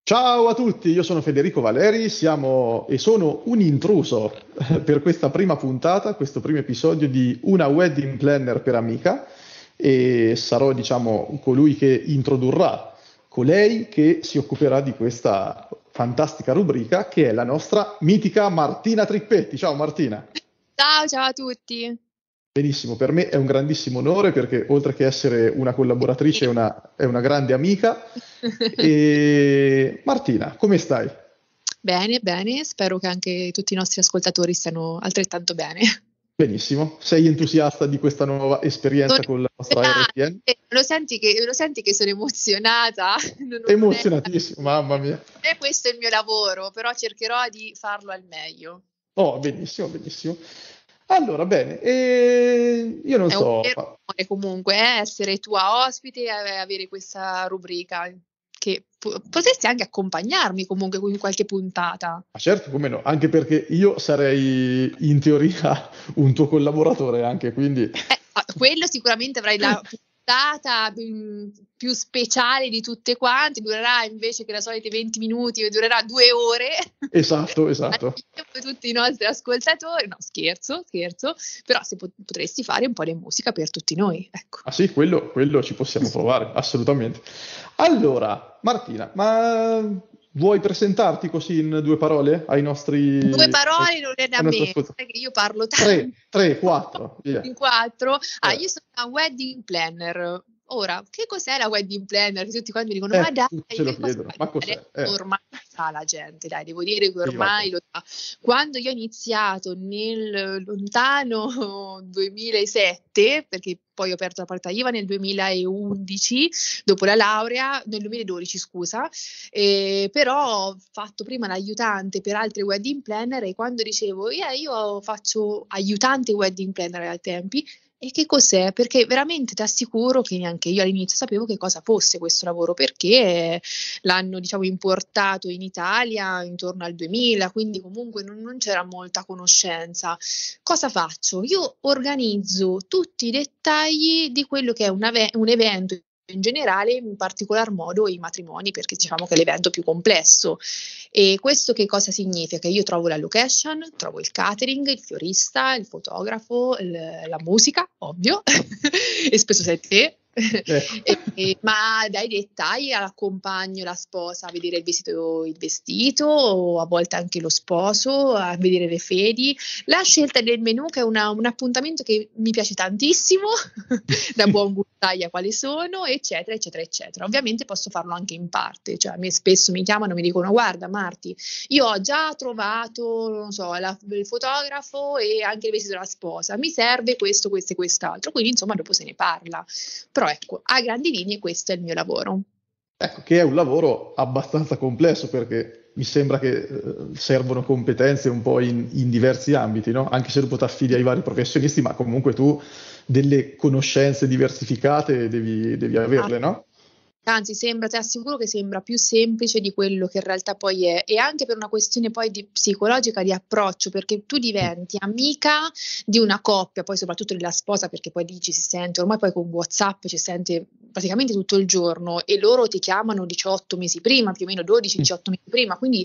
Ciao a tutti, io sono Federico Valeri, sono un intruso per questa prima puntata, questo primo episodio di Una Wedding Planner per Amica e sarò, diciamo, colui che introdurrà colei che si occuperà di questa fantastica rubrica che è la nostra mitica Martina Trippetti. Ciao Martina. Ciao, ciao a tutti. Benissimo, per me è un grandissimo onore perché oltre che essere una collaboratrice è una grande amica. E Martina, come stai? Bene, bene, spero che anche tutti i nostri ascoltatori stiano altrettanto bene. Benissimo. Sei entusiasta di questa nuova esperienza Sono con la nostra RPN? lo senti che sono emozionata? Non Emozionatissimo, mamma mia. non è questo il mio lavoro, però cercherò di farlo al meglio. Oh, benissimo, benissimo. Allora, bene, io non È un so, vero onore comunque essere tua ospite e avere questa rubrica, che potresti anche accompagnarmi comunque in qualche puntata. ma certo, come no, anche perché io sarei in teoria un tuo collaboratore anche, quindi Quello sicuramente avrai la puntata più speciale di tutte quante, durerà invece che le solite 20 minuti, durerà 2 ore. esatto, esatto. Io e tutti i nostri ascoltatori, no scherzo, però se potresti fare un po' di musica per tutti noi, ecco. Ah sì, quello ci possiamo provare, assolutamente. Allora, Martina, ma vuoi presentarti così in due parole ai nostri, 2 ai parole non è da nostri me, ascoltatori? sai che io parlo Tre, tanto. tre, quattro, via. In 4? Eh, Io sono una wedding planner. Ora, che cos'è la wedding planner? Che tutti quanti mi dicono, ma dai, tutti ce lo che cosa chiedono, fai? ma Adesso cos'è? ormai lo sa la gente, dai, devo dire che Sì, vabbè. ormai lo sa. Quando io ho iniziato nel lontano 2007, perché poi ho aperto la partita IVA nel 2011, dopo la laurea, nel 2012 scusa, però ho fatto prima l'aiutante per altri wedding planner e quando dicevo, io faccio aiutante wedding planner ai tempi, e che cos'è? Perché veramente ti assicuro che neanche io all'inizio sapevo che cosa fosse questo lavoro, perché l'hanno, diciamo, importato in Italia intorno al 2000, quindi comunque non c'era molta conoscenza. Cosa faccio? Io organizzo tutti i dettagli di quello che è un evento in generale, in particolar modo i matrimoni, perché diciamo che è l'evento più complesso. E questo che cosa significa? Io trovo la location, trovo il catering, il fiorista, il fotografo, la musica, ovvio, e spesso sei te. Ecco. Ma dai dettagli accompagno la sposa a vedere il vestito, o a volte anche lo sposo a vedere le fedi, la scelta del menù che è un appuntamento che mi piace tantissimo, da buon gustaia quali sono, eccetera, eccetera, eccetera. Ovviamente posso farlo anche in parte, cioè a me spesso mi chiamano e mi dicono guarda Marti, io ho già trovato, non so, il fotografo e anche il vestito della sposa, mi serve questo, questo e quest'altro, quindi insomma dopo se ne parla. Però ecco, a grandi linee questo è il mio lavoro. Ecco, che è un lavoro abbastanza complesso perché mi sembra che servono competenze un po' in diversi ambiti, no? Anche se dopo ti affidi ai vari professionisti, ma comunque tu delle conoscenze diversificate devi averle, no? Anzi, ti assicuro che sembra più semplice di quello che in realtà poi è, e anche per una questione poi di psicologica di approccio, perché tu diventi amica di una coppia, poi soprattutto della sposa, perché poi lì ci si sente, ormai poi con WhatsApp ci si sente praticamente tutto il giorno e loro ti chiamano 18 mesi prima, più o meno 12-18 mesi prima, quindi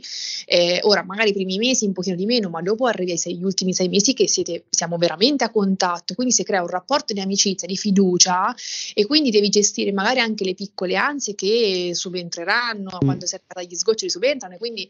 ora magari i primi mesi un pochino di meno, ma dopo arrivi agli ultimi 6 mesi che siamo veramente a contatto, quindi si crea un rapporto di amicizia, di fiducia, e quindi devi gestire magari anche le piccole ansie che subentreranno Mm. quando si arriva agli sgoccioli, subentrano, e quindi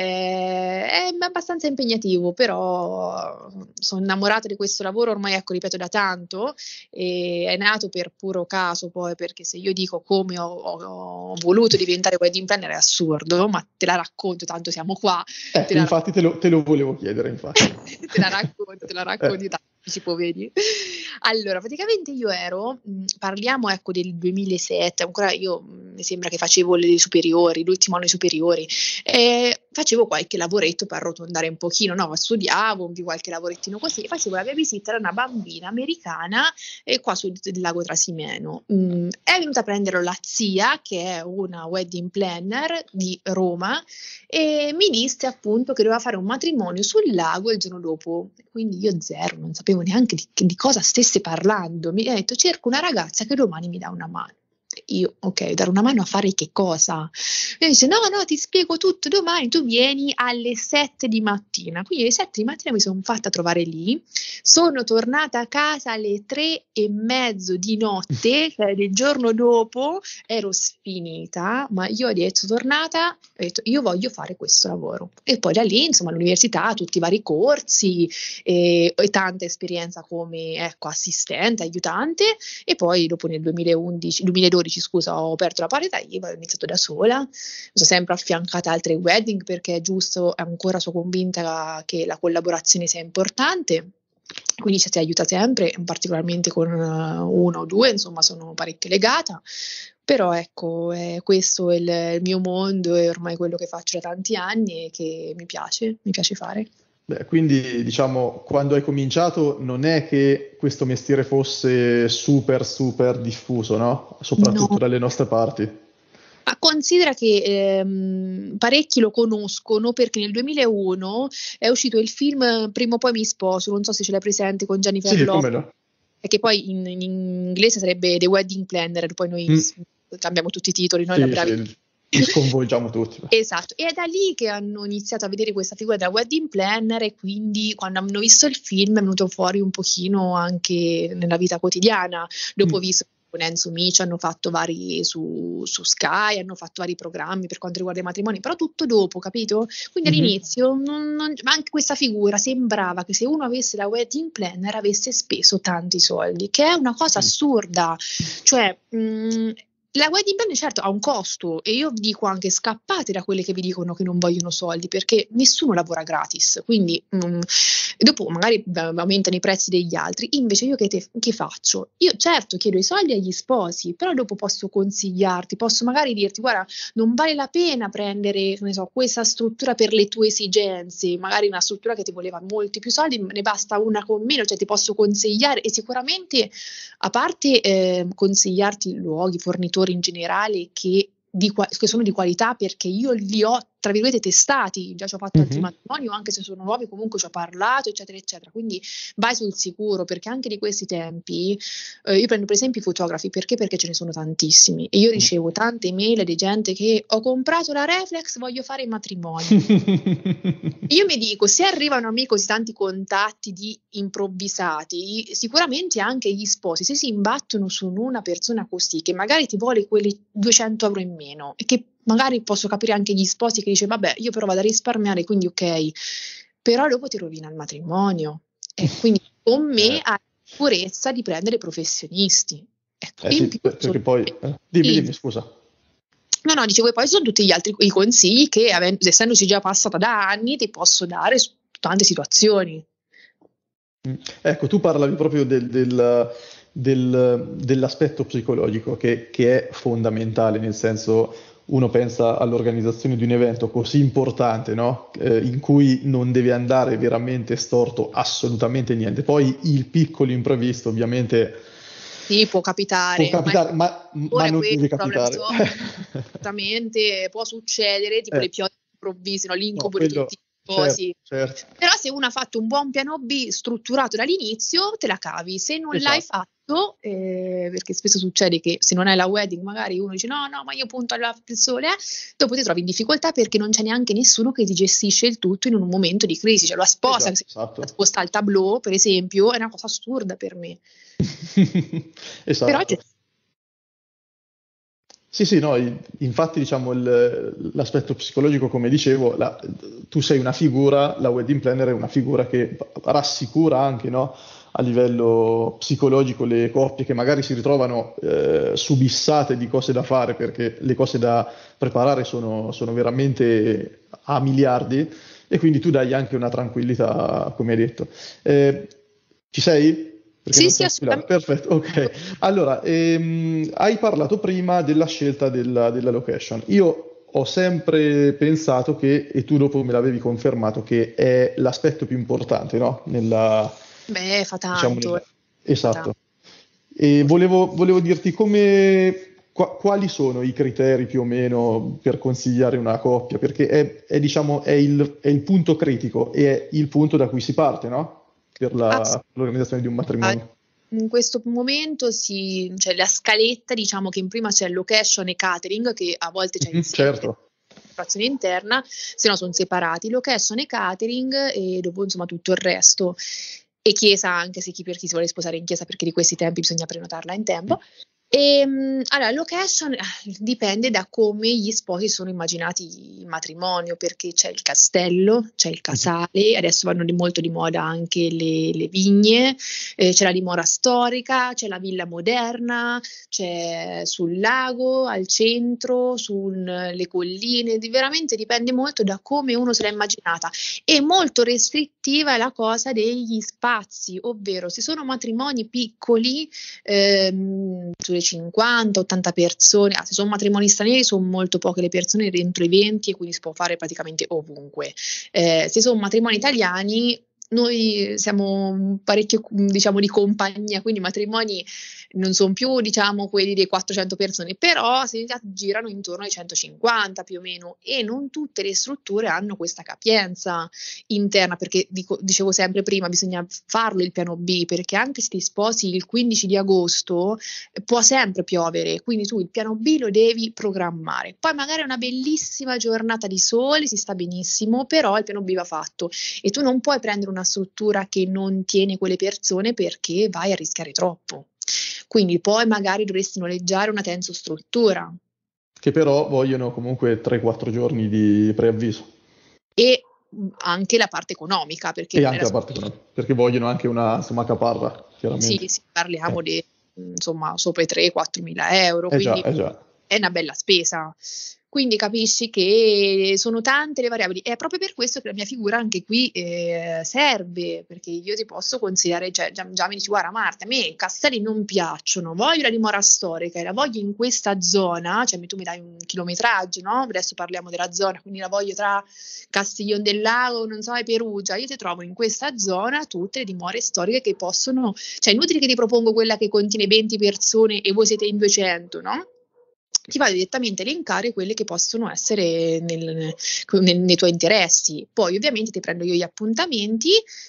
è abbastanza impegnativo, però sono innamorata di questo lavoro ormai, ecco, ripeto, da tanto, e è nato per puro caso poi, perché se io dico come ho voluto diventare wedding planner è assurdo, ma te la racconto, tanto siamo qua, te la Infatti te lo volevo chiedere, infatti. te la racconti tanto, vedi. Allora, praticamente io parliamo ecco del 2007, ancora io mi sembra che facevo le superiori, l'ultimo anno di superiori, facevo qualche lavoretto per arrotondare un pochino, no? Studiavo di qualche lavorettino così, e facevo la babysitter a una bambina americana qua sul lago Trasimeno. È venuta a prenderlo la zia, che è una wedding planner di Roma, e mi disse appunto che doveva fare un matrimonio sul lago il giorno dopo, quindi io zero, non sapevo neanche di cosa stesse parlando. Mi ha detto cerco una ragazza che domani mi dà una mano. Io, ok, dare una mano a fare che cosa? E dice, no, ti spiego tutto domani, tu vieni alle 7 di mattina. Quindi alle 7 di mattina mi sono fatta trovare lì, sono tornata a casa alle 3:30 di notte, cioè del giorno dopo, ero sfinita, ma io ho detto, tornata, ho detto, io voglio fare questo lavoro. E poi da lì, insomma, all'università, tutti i vari corsi e tanta esperienza come, ecco, assistente, aiutante, e poi dopo nel 2012, scusa, ho aperto la parità IVA, ho iniziato da sola, mi sono sempre affiancata a altre wedding perché è giusto, ancora sono convinta che la collaborazione sia importante. Quindi ci aiuta sempre, particolarmente con uno o due, insomma, sono parecchio legata. Però ecco, questo è il mio mondo, è ormai quello che faccio da tanti anni e che mi piace fare. Beh, quindi diciamo, quando hai cominciato non è che questo mestiere fosse super super diffuso, no? Soprattutto No, dalle nostre parti. ma considera che parecchi lo conoscono perché nel 2001 è uscito il film Prima o poi mi sposo, non so se ce l'hai presente, con Jennifer Sì, come Lopez, no? e che poi in inglese sarebbe The Wedding Planner, poi noi Mm, cambiamo tutti i titoli, noi da sì, bravi. sì, li sconvolgiamo tutti. Esatto, e è da lì che hanno iniziato a vedere questa figura da wedding planner, e quindi quando hanno visto il film è venuto fuori un pochino anche nella vita quotidiana. Dopo ho Mm, visto che con Enzo Mici hanno fatto vari su Sky, hanno fatto vari programmi per quanto riguarda i matrimoni, però tutto dopo, capito? Quindi mhm, all'inizio ma anche questa figura sembrava che se uno avesse la wedding planner avesse speso tanti soldi, che è una cosa mm, assurda. Cioè, la wedding planner certo ha un costo, e io vi dico anche scappate da quelle che vi dicono che non vogliono soldi, perché nessuno lavora gratis, quindi dopo magari aumentano i prezzi degli altri. Invece io che faccio? Io certo chiedo i soldi agli sposi, però dopo posso consigliarti, posso magari dirti, guarda, non vale la pena prendere, ne so, questa struttura per le tue esigenze, magari una struttura che ti voleva molti più soldi, ne basta una con meno, cioè ti posso consigliare. E sicuramente, a parte consigliarti luoghi, fornitori in generale che sono di qualità, perché io li ho, tra virgolette, testati, già ci ho fatto altri mhm. matrimoni, o anche se sono nuovi comunque ci ho parlato, eccetera eccetera, quindi vai sul sicuro, perché anche di questi tempi io prendo per esempio i fotografi, perché ce ne sono tantissimi, e io ricevo tante email di gente che ho comprato la reflex, voglio fare il matrimonio. Io mi dico, se arrivano a me così tanti contatti di improvvisati, sicuramente anche gli sposi, se si imbattono su una persona così, che magari ti vuole quelle 200 euro in meno, e che magari posso capire anche gli sposi che dice, vabbè, io però vado a risparmiare, quindi ok, però dopo ti rovina il matrimonio. E quindi con me Eh, hai la sicurezza di prendere professionisti. Ecco, in sì, più perché poi... dimmi, scusa. No, dicevo, e poi sono tutti gli altri i consigli che, essendoci già passata da anni, ti posso dare su tante situazioni. Ecco, tu parlavi proprio dell'aspetto psicologico che è fondamentale, nel senso uno pensa all'organizzazione di un evento così importante, no? In cui non deve andare veramente storto assolutamente niente. Poi il piccolo imprevisto ovviamente Sì, può può capitare, capitare, ma ora non questo deve problem capitare. solving, esattamente, può succedere, tipo Eh, le piogge improvvise, no? no, L'incubo di quello, tutti i certo, sposi. certo, Però se uno ha fatto un buon piano B strutturato dall'inizio, te la cavi. Se non l'hai esatto. fatto, perché spesso succede che se non hai la wedding, magari uno dice no, ma io punto al sole, dopo ti trovi in difficoltà perché non c'è neanche nessuno che ti gestisce il tutto in un momento di crisi. Cioè la sposa che Esatto, si è esatto. sposta al tableau, per esempio, è una cosa assurda per me. Però Esatto. Sì, sì, no, infatti diciamo l'aspetto psicologico, come dicevo, tu sei una figura, la wedding planner è una figura che rassicura anche, no, a livello psicologico le coppie che magari si ritrovano subissate di cose da fare perché le cose da preparare sono veramente a miliardi, e quindi tu dai anche una tranquillità, come hai detto. Eh, Ci sei? Perché sì, non sì, sento più l'audio. assolutamente. Perfetto, ok. Allora, hai parlato prima della scelta della location. Io ho sempre pensato che, e tu dopo me l'avevi confermato, che è l'aspetto più importante, no? Beh, fa Diciamo, tanto, fa tanto. esatto. E volevo dirti quali sono i criteri più o meno per consigliare una coppia, perché diciamo, è il punto critico e è il punto da cui si parte, no? Per Ass- l'organizzazione di un matrimonio. in questo momento c'è la scaletta, diciamo che in prima c'è location e catering, che a volte c'è insieme. Certo. Decorazione interna, se no sono separati, location e catering e dopo insomma tutto il resto. E chiesa anche se per chi si vuole sposare in chiesa, perché di questi tempi bisogna prenotarla in tempo. Allora, location dipende da come gli sposi sono immaginati il matrimonio, perché c'è il castello, c'è il casale, adesso vanno molto di moda anche le vigne, c'è la dimora storica, c'è la villa moderna, c'è sul lago, al centro, sulle colline, veramente dipende molto da come uno se l'ha immaginata. E molto restrittiva è la cosa degli spazi, ovvero se sono matrimoni piccoli, sulle 50-80 persone, se sono matrimoni stranieri sono molto poche le persone, dentro i 20, e quindi si può fare praticamente ovunque. Se sono matrimoni italiani, noi siamo parecchio, diciamo, di compagnia, quindi i matrimoni non sono più, diciamo, quelli dei 400 persone, però si girano intorno ai 150 più o meno, e non tutte le strutture hanno questa capienza interna, perché dicevo sempre prima, bisogna farlo il piano B, perché anche se ti sposi il 15 di agosto può sempre piovere, quindi tu il piano B lo devi programmare. Poi magari è una bellissima giornata di sole, si sta benissimo, però il piano B va fatto e tu non puoi prendere una struttura che non tiene quelle persone, perché vai a rischiare troppo. Quindi poi magari dovresti noleggiare una tensostruttura. Che però vogliono comunque 3-4 giorni di preavviso. E anche la parte economica, perché E anche la parte economica, perché vogliono anche una caparra, chiaramente. Sì, parliamo di insomma sopra i 3-4 mila euro, quindi già. È una bella spesa. Quindi capisci che sono tante le variabili. È proprio per questo che la mia figura anche qui serve, perché io ti posso consigliare, cioè, già mi dici, guarda Marta, a me i castelli non piacciono, voglio la dimora storica e la voglio in questa zona, cioè tu mi dai un chilometraggio, no? Adesso parliamo della zona, quindi la voglio tra Castiglion del Lago, non so, e Perugia. Io ti trovo in questa zona tutte le dimore storiche che possono, cioè è inutile che ti propongo quella che contiene 20 persone e voi siete in 200, no? Ti vado direttamente a elencare quelle che possono essere nei tuoi interessi. Poi ovviamente ti prendo io gli appuntamenti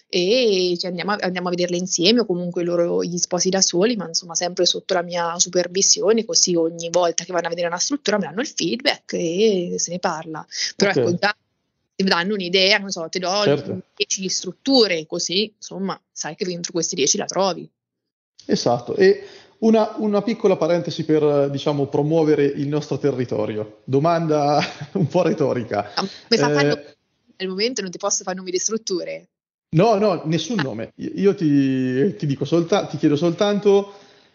e andiamo a vederle insieme, o comunque gli sposi da soli, ma insomma sempre sotto la mia supervisione, così ogni volta che vanno a vedere una struttura mi danno il feedback e se ne parla. Però Okay. ecco, già ti danno un'idea, non so, ti do Certo. 10 strutture, così insomma sai che dentro questi 10 la trovi. Esatto. E una piccola parentesi per, diciamo, promuovere il nostro territorio. Domanda un po' retorica. Mi fa fare al momento non ti posso fare nomi di strutture. No, nessun nome. Io ti dico ti chiedo soltanto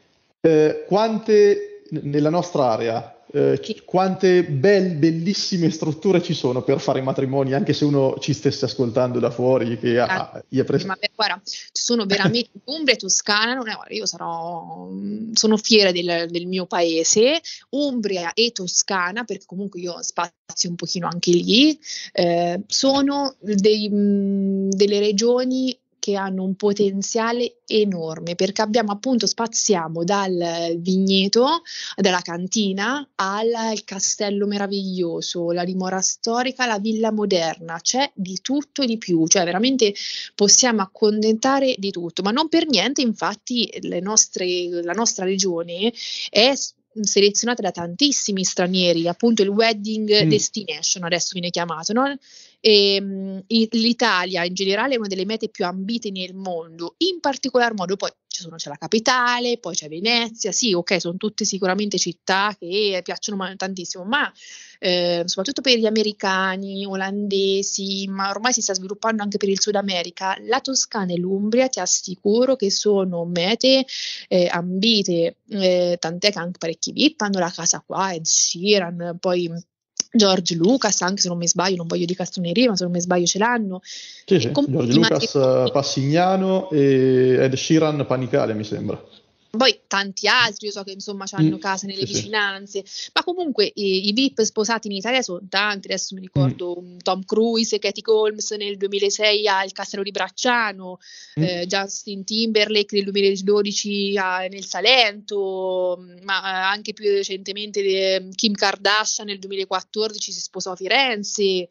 quante nella nostra area, quante bellissime strutture ci sono per fare i matrimoni, anche se uno ci stesse ascoltando da fuori, che gli è preso. Ma guarda, ci sono veramente Umbria e Toscana, io sono fiera del mio paese, Umbria e Toscana, perché comunque io spazio un pochino anche lì, sono delle regioni che hanno un potenziale enorme, perché spaziamo dal vigneto, dalla cantina al castello meraviglioso, la dimora storica, la villa moderna, c'è di tutto e di più, cioè veramente possiamo accontentare di tutto, ma non per niente infatti la nostra regione è selezionata da tantissimi stranieri, appunto il wedding destination adesso viene chiamato, no? L'Italia in generale è una delle mete più ambite nel mondo, in particolar modo poi c'è la capitale, poi c'è Venezia, sì, ok, sono tutte sicuramente città che piacciono tantissimo, ma soprattutto per gli americani, olandesi, ma ormai si sta sviluppando anche per il Sud America, la Toscana e l'Umbria ti assicuro che sono mete ambite, tant'è che anche parecchi VIP hanno la casa qua, Ed Sheeran, poi George Lucas, anche se non mi sbaglio, non voglio di castroneria, ma se non mi sbaglio ce l'hanno. Sì, George Lucas, Passignano e Ed Sheeran Panicale, mi sembra. Poi tanti altri, io so che insomma hanno case nelle vicinanze, ma comunque i VIP sposati in Italia sono tanti. Adesso mi ricordo Tom Cruise e Katie Holmes nel 2006 al Castello di Bracciano, Justin Timberlake nel 2012 nel Salento, ma anche più recentemente Kim Kardashian nel 2014 si sposò a Firenze.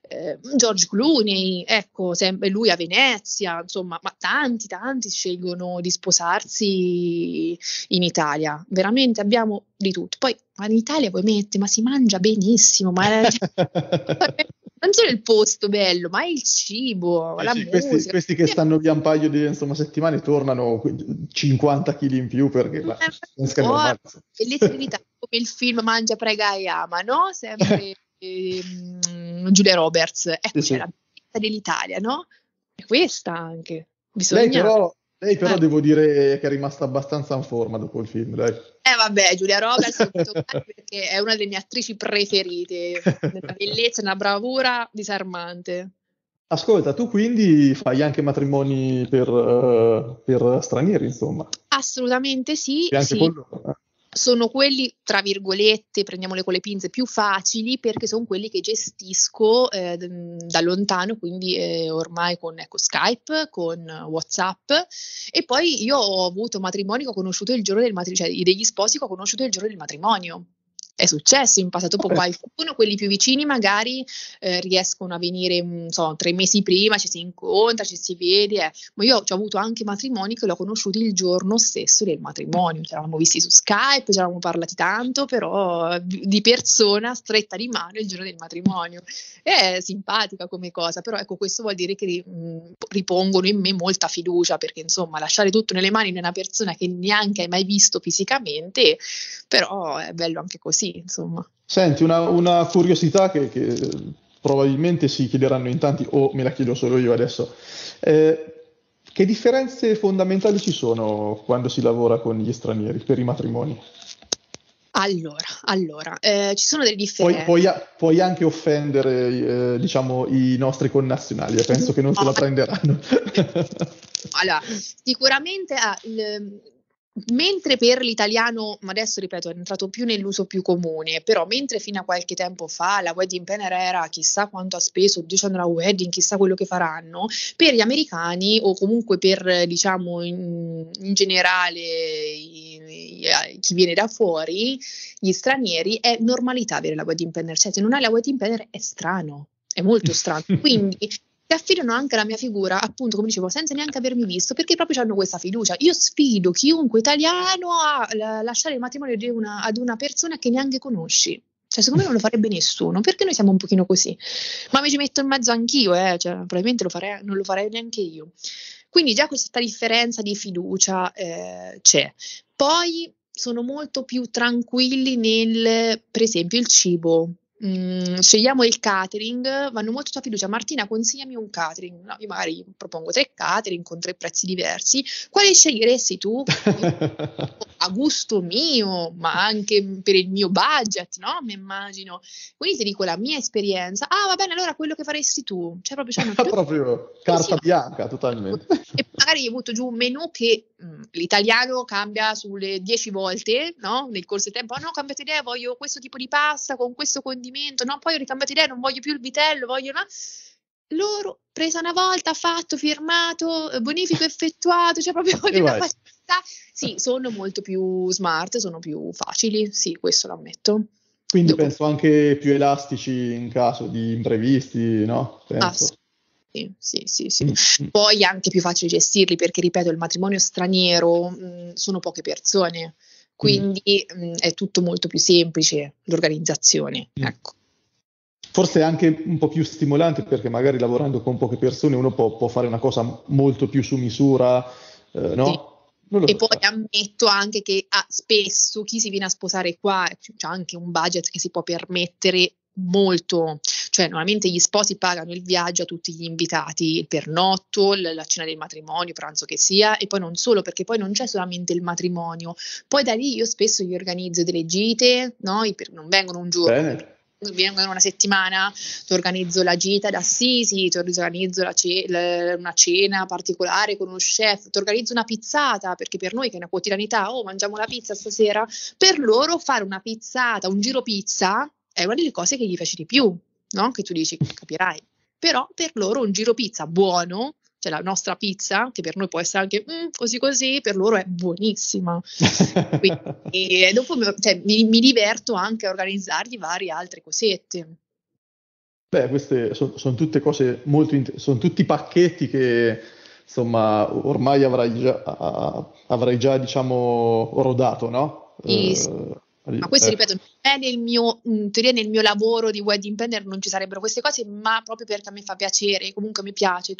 George Clooney, ecco, sempre lui a Venezia, insomma, ma tanti scelgono di sposarsi in Italia, veramente abbiamo di tutto. Poi ma in Italia poi ma si mangia benissimo, ma non solo il posto bello, ma il cibo, la musica. Questi che stanno via un paio di settimane tornano 50 kg in più perché bellezza dell'Italia, come il film Mangia, prega e ama, no? Sempre Giulia Roberts, ecco, sì. c'è la bellezza dell'Italia, no? E questa anche bisogna. Lei però devo dire che è rimasta abbastanza in forma dopo il film, dai. Vabbè, Giulia Roberts perché è una delle mie attrici preferite, nella bellezza, nella bravura disarmante. Ascolta, tu quindi fai anche matrimoni per stranieri, insomma. Assolutamente sì, E anche sì. con loro, Sono quelli, tra virgolette, prendiamole con le pinze, più facili perché sono quelli che gestisco da lontano, quindi ormai con Skype, con WhatsApp, e poi io ho avuto matrimoni che ho conosciuto il giorno del matrimonio, cioè degli sposi che ho conosciuto il giorno del matrimonio. È successo in passato, dopo qualcuno, quelli più vicini magari riescono a venire 3 mesi prima, ci si incontra, ci si vede, ma io ho avuto anche matrimoni che l'ho conosciuti il giorno stesso del matrimonio, ci eravamo visti su Skype, ci eravamo parlati tanto, però di persona, stretta di mano il giorno del matrimonio. È simpatica come cosa, però ecco, questo vuol dire che ripongono in me molta fiducia, perché insomma lasciare tutto nelle mani di una persona che neanche hai mai visto fisicamente, però è bello anche così, insomma. Senti, una curiosità che probabilmente si chiederanno in tanti, o me la chiedo solo io adesso. Che differenze fondamentali ci sono quando si lavora con gli stranieri per i matrimoni? Allora, ci sono delle differenze. Puoi anche offendere, diciamo, i nostri connazionali, penso che non se la prenderanno. Allora, sicuramente mentre per l'italiano, ma adesso ripeto, è entrato più nell'uso più comune, però mentre fino a qualche tempo fa la wedding planner era chissà quanto ha speso, dicendo la wedding, chissà quello che faranno, per gli americani o comunque per, diciamo, in generale chi viene da fuori, gli stranieri, è normalità avere la wedding planner, cioè se non hai la wedding planner è strano, è molto strano, quindi si affidano anche alla mia figura, appunto, come dicevo, senza neanche avermi visto, perché proprio hanno questa fiducia. Io sfido chiunque italiano a lasciare il matrimonio ad una persona che neanche conosci. Cioè, secondo me non lo farebbe nessuno, perché noi siamo un pochino così. Ma mi ci metto in mezzo anch'io, cioè, probabilmente non lo farei neanche io. Quindi già questa differenza di fiducia c'è. Poi sono molto più tranquilli nel, per esempio, il cibo. Scegliamo il catering, vanno molto a fiducia. Martina, consigliami un catering. No, io magari propongo 3 catering con 3 prezzi diversi. Quale sceglieresti tu? A gusto mio, ma anche per il mio budget, no? Mi immagino. Quindi ti dico la mia esperienza. Ah, va bene, allora quello che faresti tu. Cioè proprio carta bianca, totalmente. E magari hai avuto giù un menù che l'italiano cambia sulle 10 volte, no? Nel corso del tempo. No, ho cambiato idea, voglio questo tipo di pasta con questo condimento. No, poi ho ricambiato idea, non voglio più il vitello, voglio... No? Loro, presa una volta, fatto, firmato, bonifico effettuato, cioè proprio di una facilità. Sì, sono molto più smart, sono più facili, sì, questo lo ammetto. Quindi penso anche più elastici in caso di imprevisti, no? Penso. Sì. Poi anche più facile gestirli perché, ripeto, il matrimonio straniero sono poche persone, quindi è tutto molto più semplice, l'organizzazione, ecco. Forse è anche un po' più stimolante perché magari lavorando con poche persone uno può fare una cosa molto più su misura, no? Sì. E poi ammetto anche che spesso chi si viene a sposare qua c'è anche un budget che si può permettere molto, cioè normalmente gli sposi pagano il viaggio a tutti gli invitati, il pernotto, la cena del matrimonio, pranzo che sia, e poi non solo, perché poi non c'è solamente il matrimonio, poi da lì io spesso gli organizzo delle gite, no? Non vengono un giorno. Bene. Vengono una settimana, ti organizzo la gita da Assisi, ti organizzo una cena particolare con uno chef, ti organizzo una pizzata, perché per noi che è una quotidianità, mangiamo la pizza stasera, per loro fare una pizzata, un giro pizza è una delle cose che gli piace di più, no? Che tu dici, capirai, però per loro un giro pizza buono, cioè la nostra pizza, che per noi può essere anche così, per loro è buonissima. Quindi, e dopo mi diverto anche a organizzargli varie altre cosette. Beh, queste sono tutte cose molto sono tutti pacchetti che insomma ormai avrai già diciamo rodato, no? Ma questo, Ecco. ripeto, non è in teoria nel mio lavoro di wedding planner non ci sarebbero queste cose, ma proprio perché a me fa piacere, comunque mi piace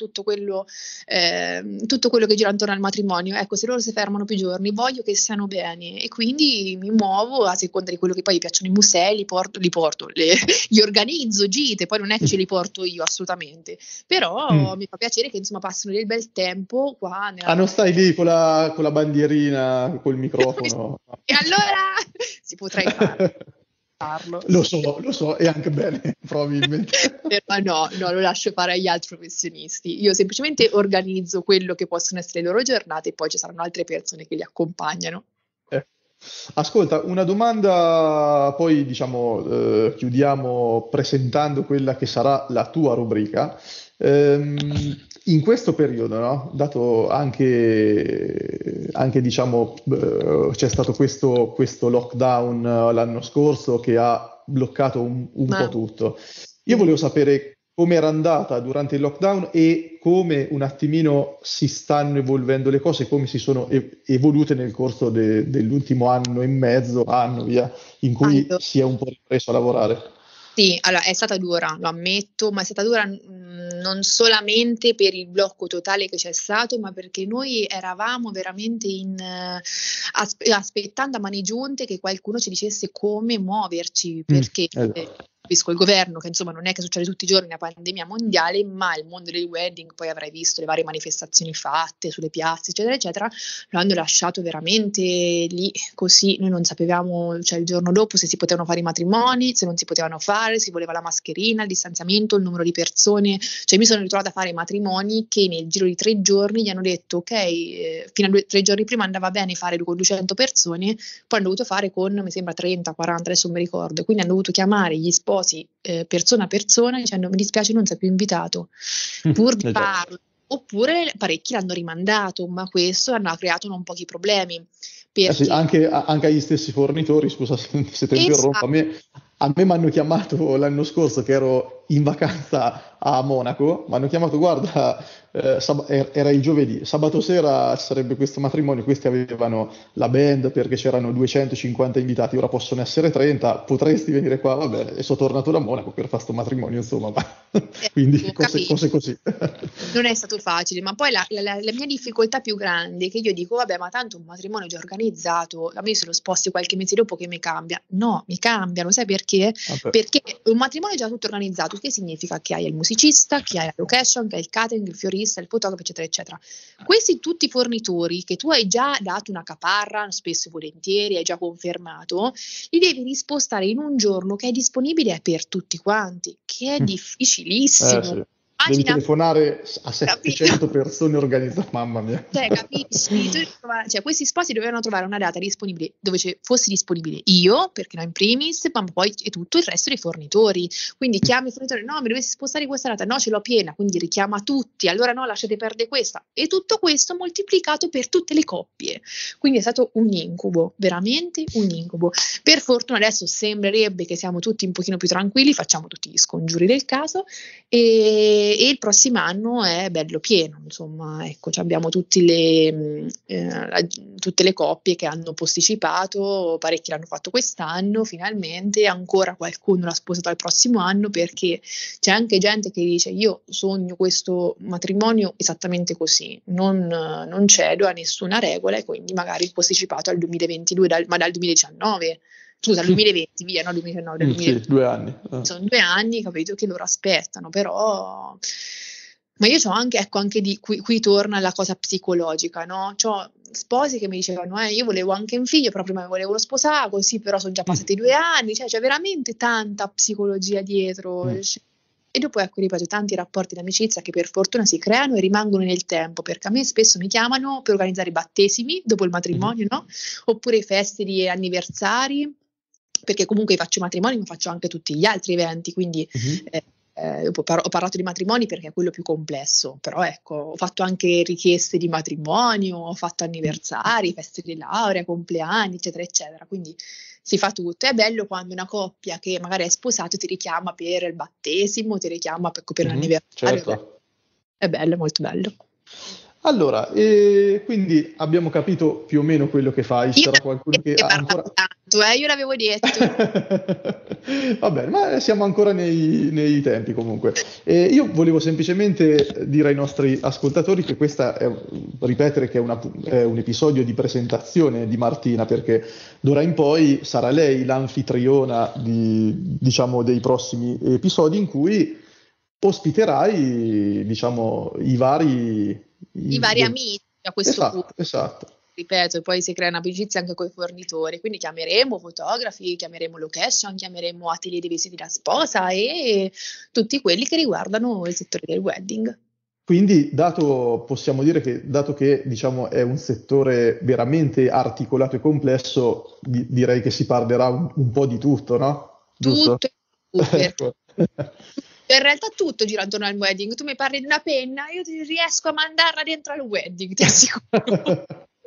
tutto quello che gira intorno al matrimonio. Ecco, se loro si fermano più giorni, voglio che siano bene e quindi mi muovo a seconda di quello che poi mi piacciono i musei, li organizzo gite, poi non è che ce li porto io assolutamente, però Mm. mi fa piacere che insomma passino del bel tempo qua nella Ah, non nostra. stai lì con la bandierina, col microfono. E allora si potrei farlo. Lo so, e anche bene, probabilmente. Però no, lo lascio fare agli altri professionisti. Io semplicemente organizzo quello che possono essere le loro giornate e poi ci saranno altre persone che li accompagnano. Eh. Ascolta, una domanda, poi diciamo chiudiamo presentando quella che sarà la tua rubrica. In questo periodo, no? Dato anche diciamo, c'è stato questo lockdown l'anno scorso che ha bloccato un po' Ma tutto. Io sì. volevo sapere come era andata durante il lockdown e come un attimino si stanno evolvendo le cose, come si sono evolute nel corso dell'ultimo anno e mezzo, anno via, in cui Allora, si è un po' ripreso a lavorare. sì, allora è stata dura, lo ammetto, ma è stata dura non solamente per il blocco totale che c'è stato, ma perché noi eravamo veramente aspettando a mani giunte che qualcuno ci dicesse come muoverci, perché Esatto. capisco il governo, che insomma non è che succede tutti i giorni una pandemia mondiale, ma il mondo del wedding, poi avrai visto le varie manifestazioni fatte sulle piazze, eccetera, eccetera, lo hanno lasciato veramente lì così, noi non sapevamo, cioè il giorno dopo se si potevano fare i matrimoni, se non si potevano fare, si voleva la mascherina, il distanziamento, il numero di persone, cioè mi sono ritrovata a fare matrimoni che nel giro di 3 giorni gli hanno detto ok, fino a 3 giorni prima andava bene fare con 200 persone, poi hanno dovuto fare con, mi sembra 30, 40, adesso non mi ricordo, quindi hanno dovuto chiamare gli sposi persona a persona dicendo mi dispiace non sei più invitato, pur di Già. farlo. Oppure parecchi l'hanno rimandato, ma questo ha creato non pochi problemi, Eh sì, perché anche agli stessi fornitori, scusa se ti interrompo, esatto, a me mi hanno chiamato l'anno scorso che ero in vacanza a Monaco, mi hanno chiamato, guarda, era il giovedì, sabato sera ci sarebbe questo matrimonio, questi avevano la band perché c'erano 250 invitati, ora possono essere 30, potresti venire qua, vabbè, e sono tornato da Monaco per fare sto matrimonio, insomma, quindi capito. cose così. Non è stato facile, ma poi la mia difficoltà più grande è che io dico, vabbè, ma tanto un matrimonio già organizzato, a me se lo sposti qualche mese dopo che mi cambia. No, mi cambia, lo sai perché? Vabbè. Perché un matrimonio è già tutto organizzato, il che significa che hai il musicista, che hai la location, che hai il catering, il fiorista, il fotografo, eccetera, eccetera. Questi tutti i fornitori che tu hai già dato una caparra, spesso e volentieri, hai già confermato, li devi rispostare in un giorno che è disponibile per tutti quanti, che è difficilissimo. Sì. Devi Immagina, telefonare a capito? 700 persone organizzate, mamma mia. Cioè, capisci? Cioè, questi sposi dovevano trovare una data disponibile dove fossi disponibile io, perché no, in primis, ma poi e tutto il resto dei fornitori. Quindi chiami il fornitore, no, mi dovessi spostare questa data, no, ce l'ho piena, quindi richiama tutti, allora no, lasciate perdere questa. E tutto questo moltiplicato per tutte le coppie. Quindi è stato un incubo, veramente un incubo. Per fortuna adesso sembrerebbe che siamo tutti un pochino più tranquilli, facciamo tutti gli scongiuri del caso e il prossimo anno è bello pieno, insomma, ecco, abbiamo tutte le coppie che hanno posticipato, parecchi l'hanno fatto quest'anno, finalmente, ancora qualcuno l'ha sposato al prossimo anno perché c'è anche gente che dice io sogno questo matrimonio esattamente così, non cedo a nessuna regola e quindi magari il posticipato al 2022, ma dal 2019. Scusa, 2020, via, no, 2019, dal Sì, 2020. 2 anni. Sono 2 anni, capito, che loro aspettano, però. Ma io c'ho anche, ecco, anche di qui torna la cosa psicologica, no? C'ho sposi che mi dicevano, io volevo anche un figlio, però prima mi volevo sposare, così però sono già passati 2 anni, cioè c'è veramente tanta psicologia dietro. E dopo, ecco, ripeto, tanti rapporti d'amicizia che per fortuna si creano e rimangono nel tempo, perché a me spesso mi chiamano per organizzare i battesimi dopo il matrimonio, no? Oppure feste di anniversari, perché comunque faccio matrimoni, ma faccio anche tutti gli altri eventi, quindi ho parlato di matrimoni perché è quello più complesso, però ecco, ho fatto anche richieste di matrimonio, ho fatto anniversari, feste di laurea, compleanni, eccetera, eccetera, quindi si fa tutto. È bello quando una coppia che magari è sposato ti richiama per il battesimo, ti richiama per un anniversario, certo. è bello, è molto bello. Allora, quindi abbiamo capito più o meno quello che fai. Ci Io sarà qualcuno che ha ancora... tanto, io l'avevo detto. Va bene, ma siamo ancora nei tempi comunque. Io volevo semplicemente dire ai nostri ascoltatori che questa è, ripetere che è un episodio di presentazione di Martina, perché d'ora in poi sarà lei l'anfitriona diciamo, dei prossimi episodi in cui ospiterai, diciamo, i vari amici a questo punto. Esatto. Ripeto, e poi si crea un'amicizia anche con i fornitori, quindi chiameremo fotografi, chiameremo location, chiameremo atelier di vestiti da sposa e tutti quelli che riguardano il settore del wedding. Quindi, possiamo dire che, dato che diciamo, è un settore veramente articolato e complesso, direi che si parlerà un po' di tutto, no? Giusto? Tutto. Ecco. In realtà tutto gira attorno al wedding. Tu mi parli di una penna, io ti riesco a mandarla dentro al wedding, ti assicuro.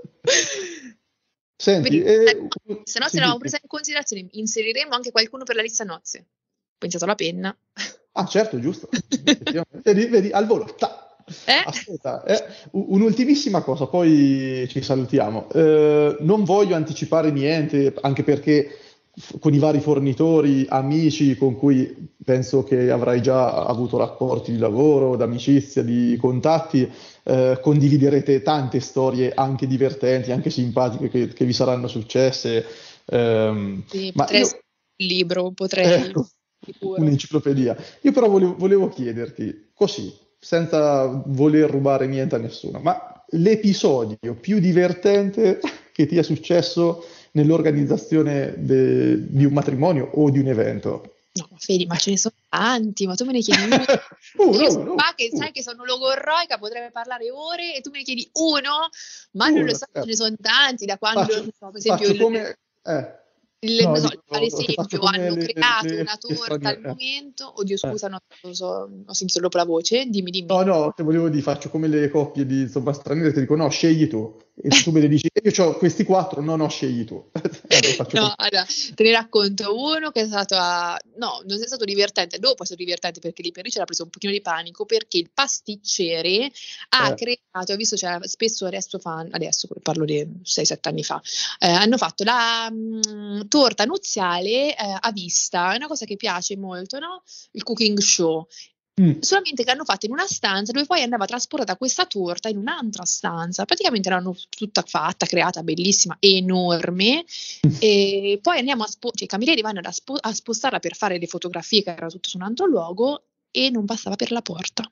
Senti, se no, se l'avevamo presa in considerazione, inseriremo anche qualcuno per la lista nozze. Ho pensato alla penna. Ah, certo, giusto. Vedi, al volo. Aspetta, un'ultimissima cosa, poi ci salutiamo. Non voglio anticipare niente, anche perché con i vari fornitori, amici con cui penso che avrai già avuto rapporti di lavoro, d'amicizia, di contatti, condividerete tante storie anche divertenti, anche simpatiche che vi saranno successe. Sì, potrei scrivere un libro, potrei. Ecco, un'enciclopedia. Io però volevo chiederti, così, senza voler rubare niente a nessuno, ma l'episodio più divertente che ti è successo nell'organizzazione di un matrimonio o di un evento? No, Fede, ma ce ne sono tanti, ma tu me ne chiedi uno. Io sono qua che sai che sono logorroica, potrei parlare ore e tu me ne chiedi uno, ma non lo so, ce ne sono tanti, da quando, per esempio, ad esempio hanno creato una torta al momento. Oddio, scusa, no, ho sentito dopo la voce, dimmi. No, te volevo dire, faccio come le coppie di insomma straniere, ti dicono no, scegli tu, e tu me ne dici io ho questi 4, no, scegli tu. No, allora, te ne racconto uno che è stato no, non è stato divertente, dopo è stato divertente perché lì per lì c'era preso un pochino di panico perché il pasticcere ha creato, visto c'era spesso adesso parlo di 6-7 anni fa, hanno fatto la torta nuziale a vista, è una cosa che piace molto, no? Il cooking show. Solamente che l'hanno fatta in una stanza dove poi andava trasportata questa torta in un'altra stanza. Praticamente l'hanno tutta fatta, creata, bellissima, enorme. E poi andiamo i camerieri vanno a spostarla per fare le fotografie, che era tutto su un altro luogo, e non passava per la porta.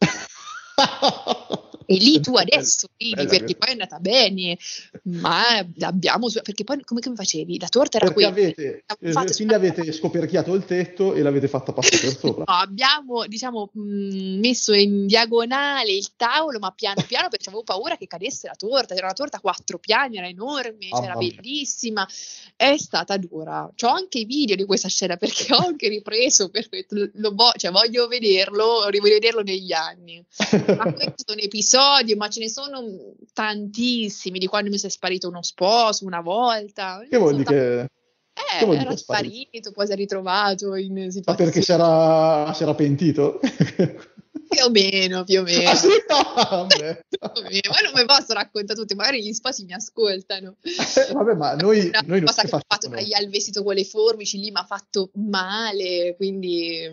E lì tu adesso ridi perché poi è andata bene, ma perché poi come facevi? La torta era quella. Quindi avete scoperchiato il tetto e l'avete fatta passare per sopra. No, abbiamo messo in diagonale il tavolo, ma piano piano perché avevo paura che cadesse la torta. Era una torta a 4 piani, era enorme, era bellissima, è stata dura. C'ho anche i video di questa scena perché ho anche ripreso, perché voglio rivederlo negli anni. Ma questi sono episodi, ma ce ne sono tantissimi di quando mi si è sparito uno sposo una volta. Che vuol dire che era sparito, poi si è ritrovato in situazioni. Ma perché si era pentito? Più o meno. Ah, sì? Ma non mi posso raccontare tutti, magari gli sposi mi ascoltano. Vabbè, ma noi non cosa che ho fatto tagliare il vestito con le forbici lì mi ha fatto male, quindi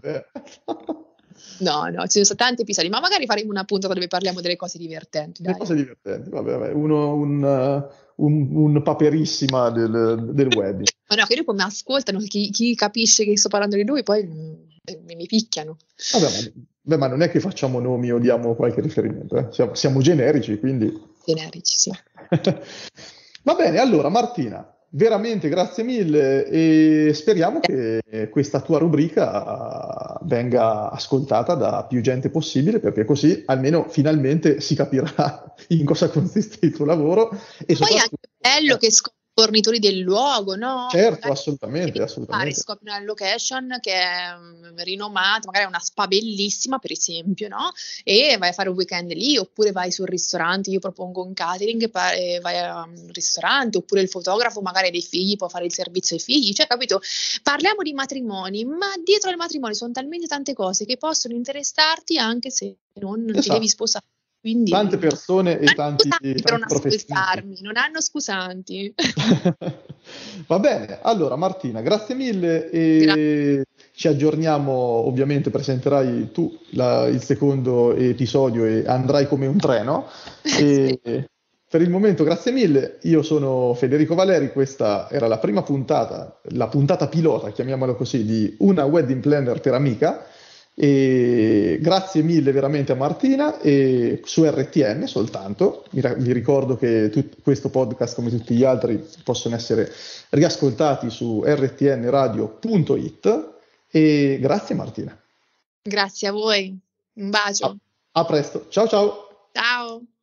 no, ce ne sono tanti episodi, ma magari faremo una puntata dove parliamo delle cose divertenti. Dai. Le cose divertenti, vabbè. Un paperissima del web. Ma no, che dopo mi ascoltano, chi capisce che sto parlando di lui, poi mi picchiano. Vabbè, ma non è che facciamo nomi o diamo qualche riferimento, siamo generici, quindi... Generici, sì. Va bene, allora Martina, veramente grazie mille e speriamo che questa tua rubrica venga ascoltata da più gente possibile, perché così almeno finalmente si capirà in cosa consiste il tuo lavoro. E poi è anche bello che scopro fornitori del luogo, no? Certo, Magari assolutamente, assolutamente. scopri una location che è rinomata, magari una spa bellissima, per esempio, no? E vai a fare un weekend lì, oppure vai sul ristorante, io propongo un catering e vai a un ristorante, oppure il fotografo magari dei figli può fare il servizio ai figli, cioè, capito? Parliamo di matrimoni, ma dietro al matrimonio sono talmente tante cose che possono interessarti anche se non ti Esatto. devi spostare. Quindi Tante persone e tanti per non professionisti. ascoltarmi, non hanno scusanti. Va bene, allora Martina, grazie mille Grazie. e ci aggiorniamo, ovviamente presenterai tu il secondo episodio e andrai come un treno. Sì. E per il momento grazie mille, io sono Federico Valeri, questa era la prima puntata, la puntata pilota, chiamiamola così, di Una Wedding Planner per Amica. E grazie mille veramente a Martina e su RTN soltanto. Vi ricordo che questo podcast, come tutti gli altri, possono essere riascoltati su rtnradio.it e grazie Martina. Grazie a voi. Un bacio. A presto. Ciao ciao. Ciao.